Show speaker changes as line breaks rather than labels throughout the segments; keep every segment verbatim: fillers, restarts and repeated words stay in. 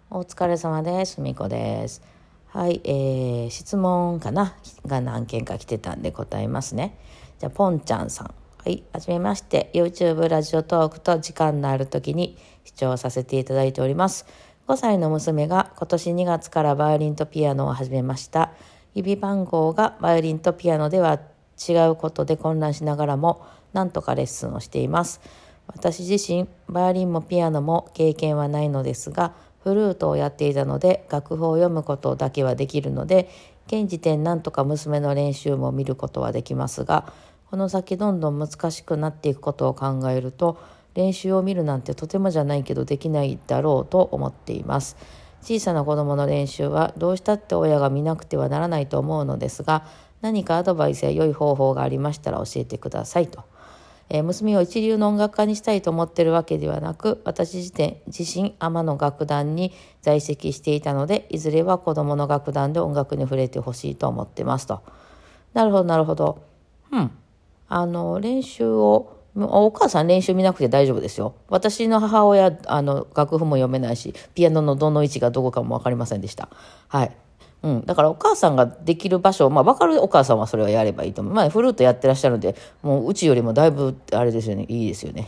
お疲れ様です。みこです。はい、えー、質問かなが何件か来てたんで答えますね。じゃあ、ポンちゃんさん。はい、はじめまして。YouTube ラジオトークと時間のある時に視聴させていただいております。ごさいの娘が今年にがつからバイオリンとピアノを始めました。指番号がバイオリンとピアノでは違うことで混乱しながらも、なんとかレッスンをしています。私自身、バイオリンもピアノも経験はないのですが、フルートをやっていたので楽譜を読むことだけはできるので、現時点なんとか娘の練習も見ることはできますが、この先どんどん難しくなっていくことを考えると、練習を見るなんてとてもじゃないけどできないだろうと思っています。小さな子供の練習はどうしたって親が見なくてはならないと思うのですが、何かアドバイスや良い方法がありましたら教えてくださいと。えー、娘を一流の音楽家にしたいと思っているわけではなく、私自身、自身天の楽団に在籍していたので、いずれは子供の楽団で音楽に触れてほしいと思ってますと。なるほどなるほど。うん。あの練習をお母さん練習見なくて大丈夫ですよ。私の母親あの楽譜も読めないし、ピアノのどの位置がどこかも分かりませんでした。はい。うん、だからお母さんができる場所、まあ分かるお母さんはそれはやればいいと思う。まあフルートやってらっしゃるんで、もううちよりもだいぶあれですよね、いいですよね。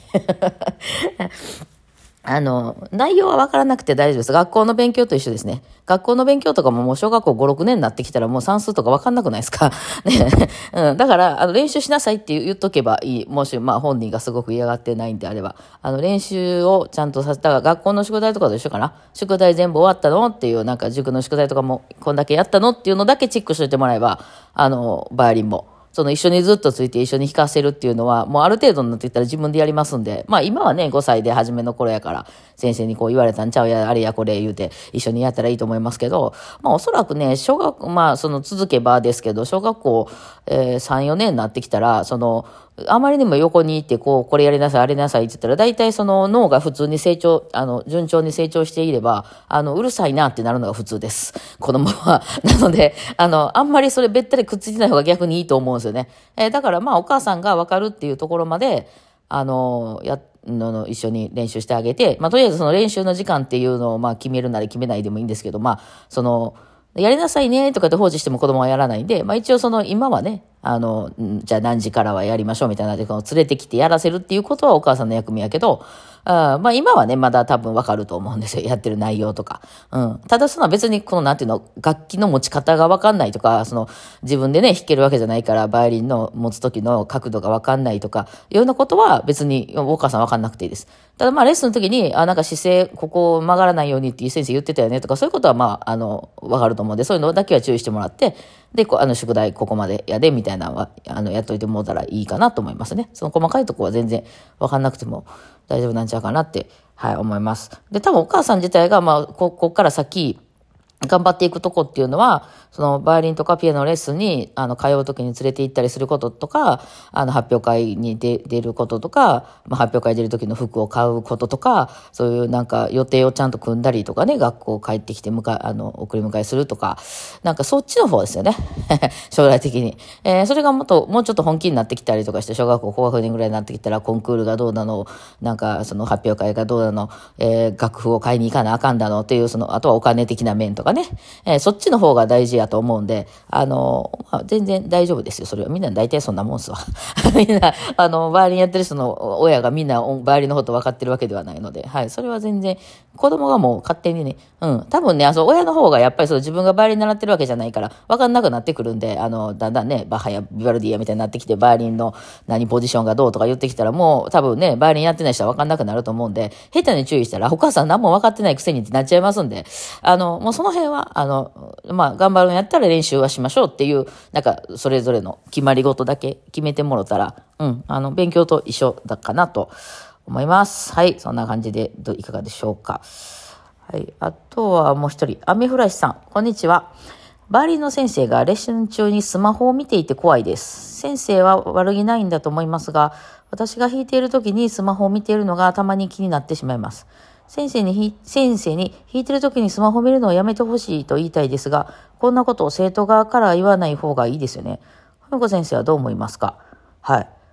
あの、内容は分からなくて大丈夫です。学校の勉強と一緒ですね。学校の勉強とかももう小学校ご、ろくねんになってきたらもう算数とか分かんなくないですか。ね。うん。だから、あの、練習しなさいって言っとけばいい。もし、まあ本人がすごく嫌がってないんであれば。あの、練習をちゃんとさせたら、学校の宿題とかと一緒かな。宿題全部終わったのっていう、なんか塾の宿題とかもこんだけやったのっていうのだけチェックしといてもらえば、あの、バイオリンも。その一緒にずっとついて一緒に弾かせるっていうのは、もうある程度になっていったら自分でやりますんで、まあ今はね、ごさいで初めの頃やから、先生にこう言われたんちゃうや、あれやこれ言うて一緒にやったらいいと思いますけど、まあおそらくね、小学、まあその続けばですけど、小学校、えー、さん、よねんになってきたら、その、あまりにも横にいて、こう、これやりなさい、あれなさいって言ったら、大体その脳が普通に成長、あの、順調に成長していれば、あの、うるさいなってなるのが普通です。子供は。なので、あの、あんまりそれべったりくっついてない方が逆にいいと思うんですよね。えー、だからまあ、お母さんがわかるっていうところまで、あの、や、の一緒に練習してあげて、まあ、とりあえずその練習の時間っていうのを、まあ、決めるなり決めないでもいいんですけど、まあ、その、やりなさいねとかって放置しても子供はやらないんで、まあ一応その今はね、あの、じゃあ何時からはやりましょうみたいなで、この連れてきてやらせるっていうことはお母さんの役目やけど、あまあ今はね、まだ多分わかると思うんですよ。やってる内容とか。うん。ただその別にこのなんていうの、楽器の持ち方がわかんないとか、その自分でね、弾けるわけじゃないから、バイオリンの持つ時の角度がわかんないとか、いうようなことは別にお母さんわかんなくていいです。ただまあレッスンの時に、あ、なんか姿勢、ここ曲がらないようにっていう先生言ってたよねとか、そういうことはまあ、あの、わかると思うんで、そういうのだけは注意してもらって、で、こうあの、宿題ここまでやで、みたいなのは、あの、やっといてもらったらいいかなと思いますね。その細かいところは全然わかんなくても大丈夫なんちゃうかなって、はい、思います。で、多分お母さん自体が、まあ、こ、こっから先、頑張っていくとこっていうのは、そのバイオリンとかピアノのレッスンに、あの、通うときに連れて行ったりすることとか、あの、発表会に出、出ることとか、まあ、発表会出るときの服を買うこととか、そういうなんか予定をちゃんと組んだりとかね、学校帰ってきて迎え、あの、送り迎えするとか、なんかそっちの方ですよね。将来的に。えー、それがもっと、もうちょっと本気になってきたりとかして、小学校高学年ぐらいになってきたら、コンクールがどうなの、なんかその発表会がどうなの、えー、楽譜を買いに行かなあかんだのっていう、その、あとはお金的な面とかね、えー、そっちの方が大事やと思うんで、あの、まあ、全然大丈夫ですよ、それは。みんな大体そんなもんすわ。みんな、あの、バイオリンやってる人の親がみんなバイオリンのこと分かってるわけではないので、はい、それは全然、子供がもう勝手にね、うん、多分ね、あそう、親の方がやっぱりそう自分がバイオリン習ってるわけじゃないから、分かんなくなってくるんで、あの、だんだんね、バッハやビバルディやみたいになってきて、バイオリンの何ポジションがどうとか言ってきたら、もう多分ね、バイオリンやってない人は分かんなくなると思うんで、下手に注意したら、お母さん何も分かってないくせにってなっちゃいますんで、あの、もうその辺は、あの、まあ、頑張るんやったら練習はしましょうっていう、なんか、それぞれの決まり事だけ決めてもろたら、うん、あの、勉強と一緒だかなと思います。はい、そんな感じで、どいかがでしょうか。はい、あとはもう一人、アメフラシさん、こんにちは。バイオリンの先生がレッスン中にスマホを見ていて怖いです。先生は悪気ないんだと思いますが、私が弾いている時にスマホを見ているのがたまに気になってしまいます。先生に、先生に弾いてる時にスマホ見るのをやめてほしいと言いたいですが、こんなことを生徒側から言わない方がいいですよね。ふみこ先生はどう思いますか？はい。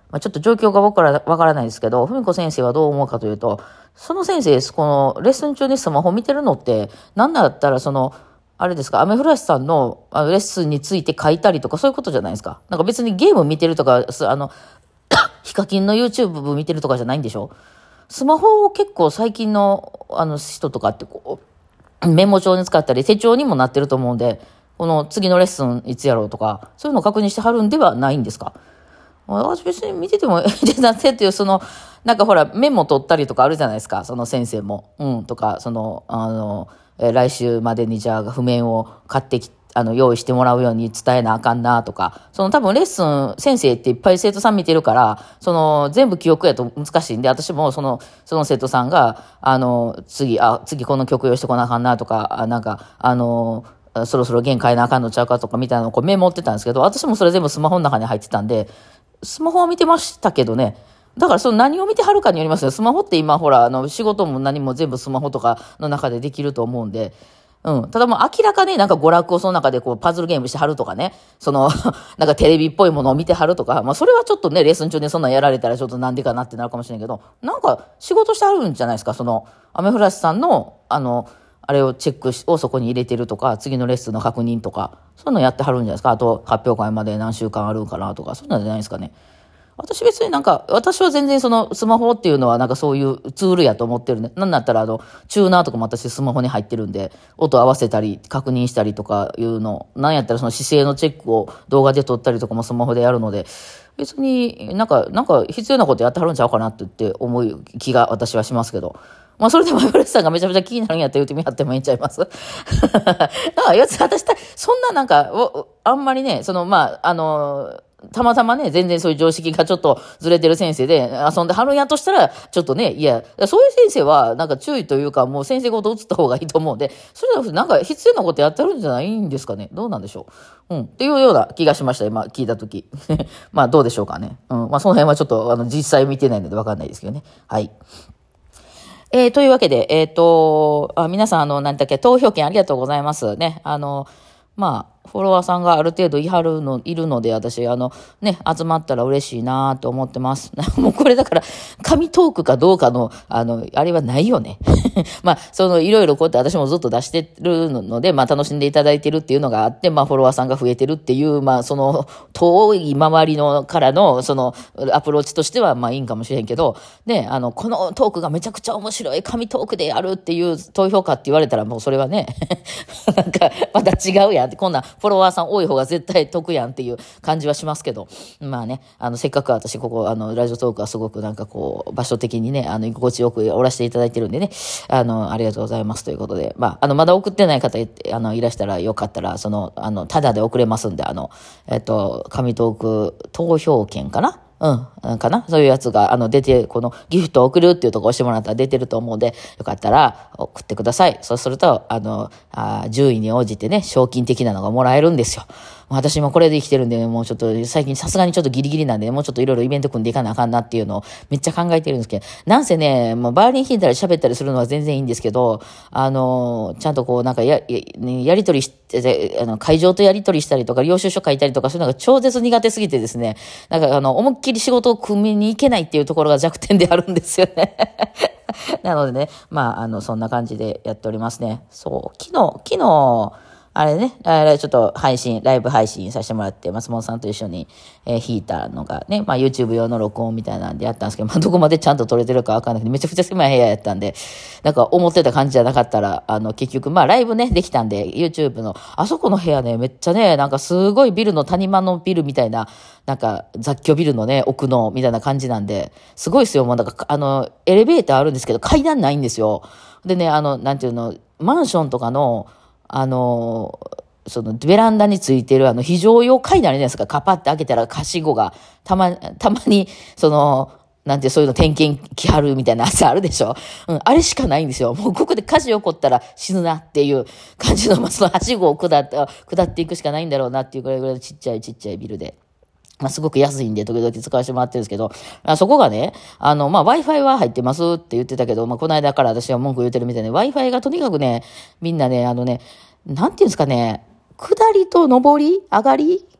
まあ、ちょっと状況がわから、わからないですけど、文子先生はどう思うかというと、その先生、このレッスン中にスマホ見てるのって、なんだったらその、あれですか、アメフラシさんのあのレッスンについて書いたりとかそういうことじゃないですか。なんか別にゲーム見てるとか、あの、ヒカキンの YouTube 見てるとかじゃないんでしょ。スマホを結構最近のあの人とかってこう、メモ帳に使ったり手帳にもなってると思うんで、この次のレッスンいつやろうとか、そういうのを確認してはるんではないんですか。私別に見ててもいいでなってっていう、その、なんかほら、メモ取ったりとかあるじゃないですか、その先生も。うん、とか、その、あの、え来週までにじゃあ譜面を買ってき、あの、用意してもらうように伝えなあかんなとか、その多分レッスン、先生っていっぱい生徒さん見てるから、その、全部記憶やと難しいんで、私もその、その生徒さんが、あの、次、あ、次この曲用意してこなあかんなとか、あなんか、あの、そろそろ弦変えなあかんのちゃうかとかみたいなのをこうメモってたんですけど、私もそれ全部スマホの中に入ってたんで、スマホを見てましたけどね。だからその何を見てはるかによりますよ。スマホって今ほら、あの仕事も何も全部スマホとかの中でできると思うんで。うん。ただもう明らかになんか娯楽をその中でこうパズルゲームしてはるとかね。その、なんかテレビっぽいものを見てはるとか。まあそれはちょっとね、レッスン中にそんなんやられたらちょっとなんでかなってなるかもしれないけど、なんか仕事してはるんじゃないですか。その、アメフラシさんの、あの、あれをチェックしをそこに入れてるとか、次のレッスンの確認とか、そういうのやってはるんじゃないですか。あと、発表会まで何週間あるんかなとか、そういうのじゃないですかね。私別になんか、私は全然そのスマホっていうのはなんかそういうツールやと思ってるね。なんだったらあの、チューナーとかも私スマホに入ってるんで、音合わせたり確認したりとかいうの、なんやったらその姿勢のチェックを動画で撮ったりとかもスマホでやるので、別になんか、なんか必要なことやってはるんちゃうかなって言って思う気が私はしますけど。まあそれでもエブレスさんがめちゃめちゃ気になるんやったら言ってみはってもいいんちゃいますだから私、私、そんななんか、あんまりね、そのまあ、あの、たまたまね、全然そういう常識がちょっとずれてる先生で遊んではるんやとしたら、ちょっとね、いや、そういう先生は、なんか注意というか、もう先生ごと打つった方がいいと思うんで、それはなんか必要なことやってるんじゃないんですかね。どうなんでしょう。うん。っていうような気がしました、今聞いたとき。まあどうでしょうかね。うん。まあその辺はちょっと、あの、実際見てないのでわかんないですけどね。はい。えー、というわけで、えっ、ー、と、あ、皆さん、あの、なんだっけ、投票権ありがとうございます。ね。あの、まあ、フォロワーさんがある程度いはるの、いるので、私、あの、ね、集まったら嬉しいなと思ってます。もうこれだから、紙トークかどうかの、あの、あれはないよね。まあ、その、いろいろこうやって私もずっと出してるので、まあ、楽しんでいただいてるっていうのがあって、まあ、フォロワーさんが増えてるっていう、まあ、その、遠い周りのからの、その、アプローチとしては、まあ、いいんかもしれんけど、ね、あの、このトークがめちゃくちゃ面白い紙トークでやるっていう投票かって言われたら、もうそれはね、なんか、また違うやんって、こんな、フォロワーさん多い方が絶対得やんっていう感じはしますけど、まあね、あの、せっかく私ここ、あの、ラジオトークはすごくなんかこう、場所的にね、あの、居心地よくおらせていただいてるんでね、あの、ありがとうございますということで、まあ、あの、まだ送ってない方、あの、いらしたらよかったら、その、あの、ただで送れますんで、あの、えっと、紙トーク投票券かなうん、かなそういうやつが、あの、出て、このギフトを送るっていうところを押してもらったら出てると思うんで、よかったら送ってください。そうすると、あの、あ順位に応じてね、賞金的なのがもらえるんですよ。私もこれで生きてるんで、もうちょっと最近さすがにちょっとギリギリなんで、もうちょっといろいろイベント組んでいかなあかんなっていうのをめっちゃ考えてるんですけど、なんせね、もうバイオリン弾いたり喋ったりするのは全然いいんですけど、あの、ちゃんとこうなんかや、や、やりとりして、あの、会場とやりとりしたりとか、領収書書いたりとか、そういうのが超絶苦手すぎてですね、なんかあの、思いっきり仕事を組みに行けないっていうところが弱点であるんですよね。なのでね、まあ、あの、そんな感じでやっておりますね。そう、昨日、昨日、あれね、あれちょっと配信、ライブ配信させてもらって、松本さんと一緒に、えー、弾いたのがね、まあ YouTube 用の録音みたいなんでやったんですけど、まあどこまでちゃんと撮れてるかわかんなくて、めちゃくちゃ狭い部屋やったんで、なんか思ってた感じじゃなかったら、あの結局、まあライブね、できたんで、YouTube の、あそこの部屋ね、めっちゃね、なんかすごいビルの谷間のビルみたいな、なんか雑居ビルのね、奥の、みたいな感じなんで、すごいですよ、もうなんか、あの、エレベーターあるんですけど、階段ないんですよ。でね、あの、なんていうの、マンションとかの、あの、そのベランダについてるあの非常用階段あるじゃないですか。カパって開けたらはしごが、たま、たまに、その、なんてそういうの点検来はるみたいな朝あるでしょ。うん、あれしかないんですよ。もうここで火事起こったら死ぬなっていう感じの、まあ、そのはしごを下って、下っていくしかないんだろうなっていうぐらいぐらいちっちゃいちっちゃいビルで。まあ、すごく安いんで、時々使わせてもらってるんですけど、あそこがね、あの、まあ、Wi-Fi は入ってますって言ってたけど、まあ、この間から私は文句言ってるみたいで、Wi-Fi がとにかくね、みんなね、あのね、なんていうんですかね、下りと上り上がり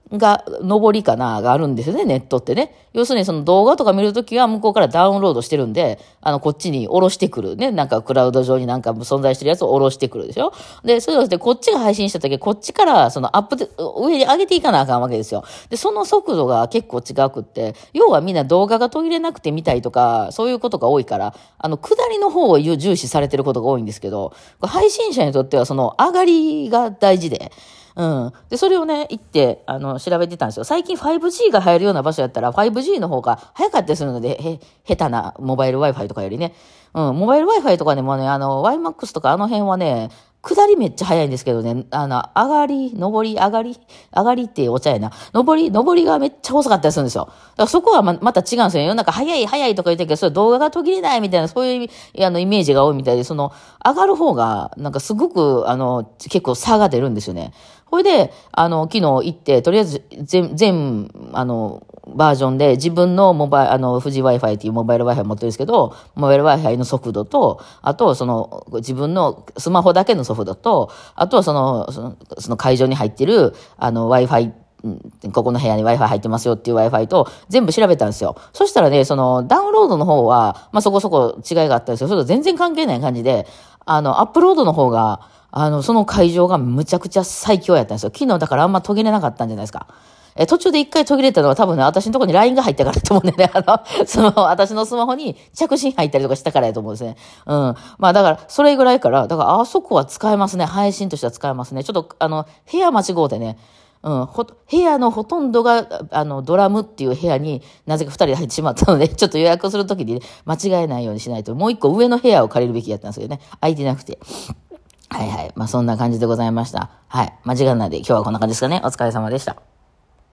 が、上りかな、があるんですよね、ネットってね。要するにその動画とか見るときは向こうからダウンロードしてるんで、あの、こっちに下ろしてくるね。なんかクラウド上になんか存在してるやつを下ろしてくるでしょ。で、それをしてこっちが配信したとき、こっちからそのアップで、上に上げていかなあかんわけですよ。で、その速度が結構違くって、要はみんな動画が途切れなくて見たいとか、そういうことが多いから、あの、下りの方を重視されてることが多いんですけど、配信者にとってはその上がりが大事で、うん。で、それをね、行って、あの、調べてたんですよ。最近 ファイブジー が入るような場所やったら、ファイブジー の方が早かったりするので、へ、下手なモバイル Wi-Fi とかよりね。うん、モバイル Wi-Fi とかでもね、あの、ワイマックス とかあの辺はね、下りめっちゃ早いんですけどね、あの、上がり、上り、上がり、上がりってお茶やな。上り、上りがめっちゃ遅かったりするんですよ。だからそこはま、また違うんですよ。世の中早い早いとか言ってるけど、それ動画が途切れないみたいな、そういうあのイメージが多いみたいで、その、上がる方が、なんかすごく、あの、結構差が出るんですよね。これで、あの、昨日行って、とりあえず、全、全、あの、バージョンで自分のモバイル、あの、富士 Wi-Fi っていうモバイル Wi-Fi 持ってるんですけど、モバイル Wi-Fi の速度と、あと、その、自分のスマホだけの速度と、あとはその、その、その会場に入ってる、あの、Wi-Fi、ここの部屋に Wi-Fi 入ってますよっていう Wi-Fi と全部調べたんですよ。そしたらね、そのダウンロードの方は、まあ、そこそこ違いがあったんですよ。それと全然関係ない感じで、あの、アップロードの方が、あの、その会場がむちゃくちゃ最強やったんですよ。昨日だからあんま途切れなかったんじゃないですか。え、途中で一回途切れたのは多分ね、私のところに ライン が入ったからと思うんでね、あの、その、私のスマホに着信入ったりとかしたからやと思うんですね。うん。まあだから、それぐらいから、だからあそこは使えますね。配信としては使えますね。ちょっと、あの、部屋間違うてね、うん、ほ、部屋のほとんどが、あの、ドラムっていう部屋になぜか二人で入ってしまったので、ちょっと予約するときに、ね、間違えないようにしないと、もう一個上の部屋を借りるべきやったんですよね。空いてなくて。はいはい。まあそんな感じでございました。はい。間違いないで今日はこんな感じですかね。お疲れ様でした。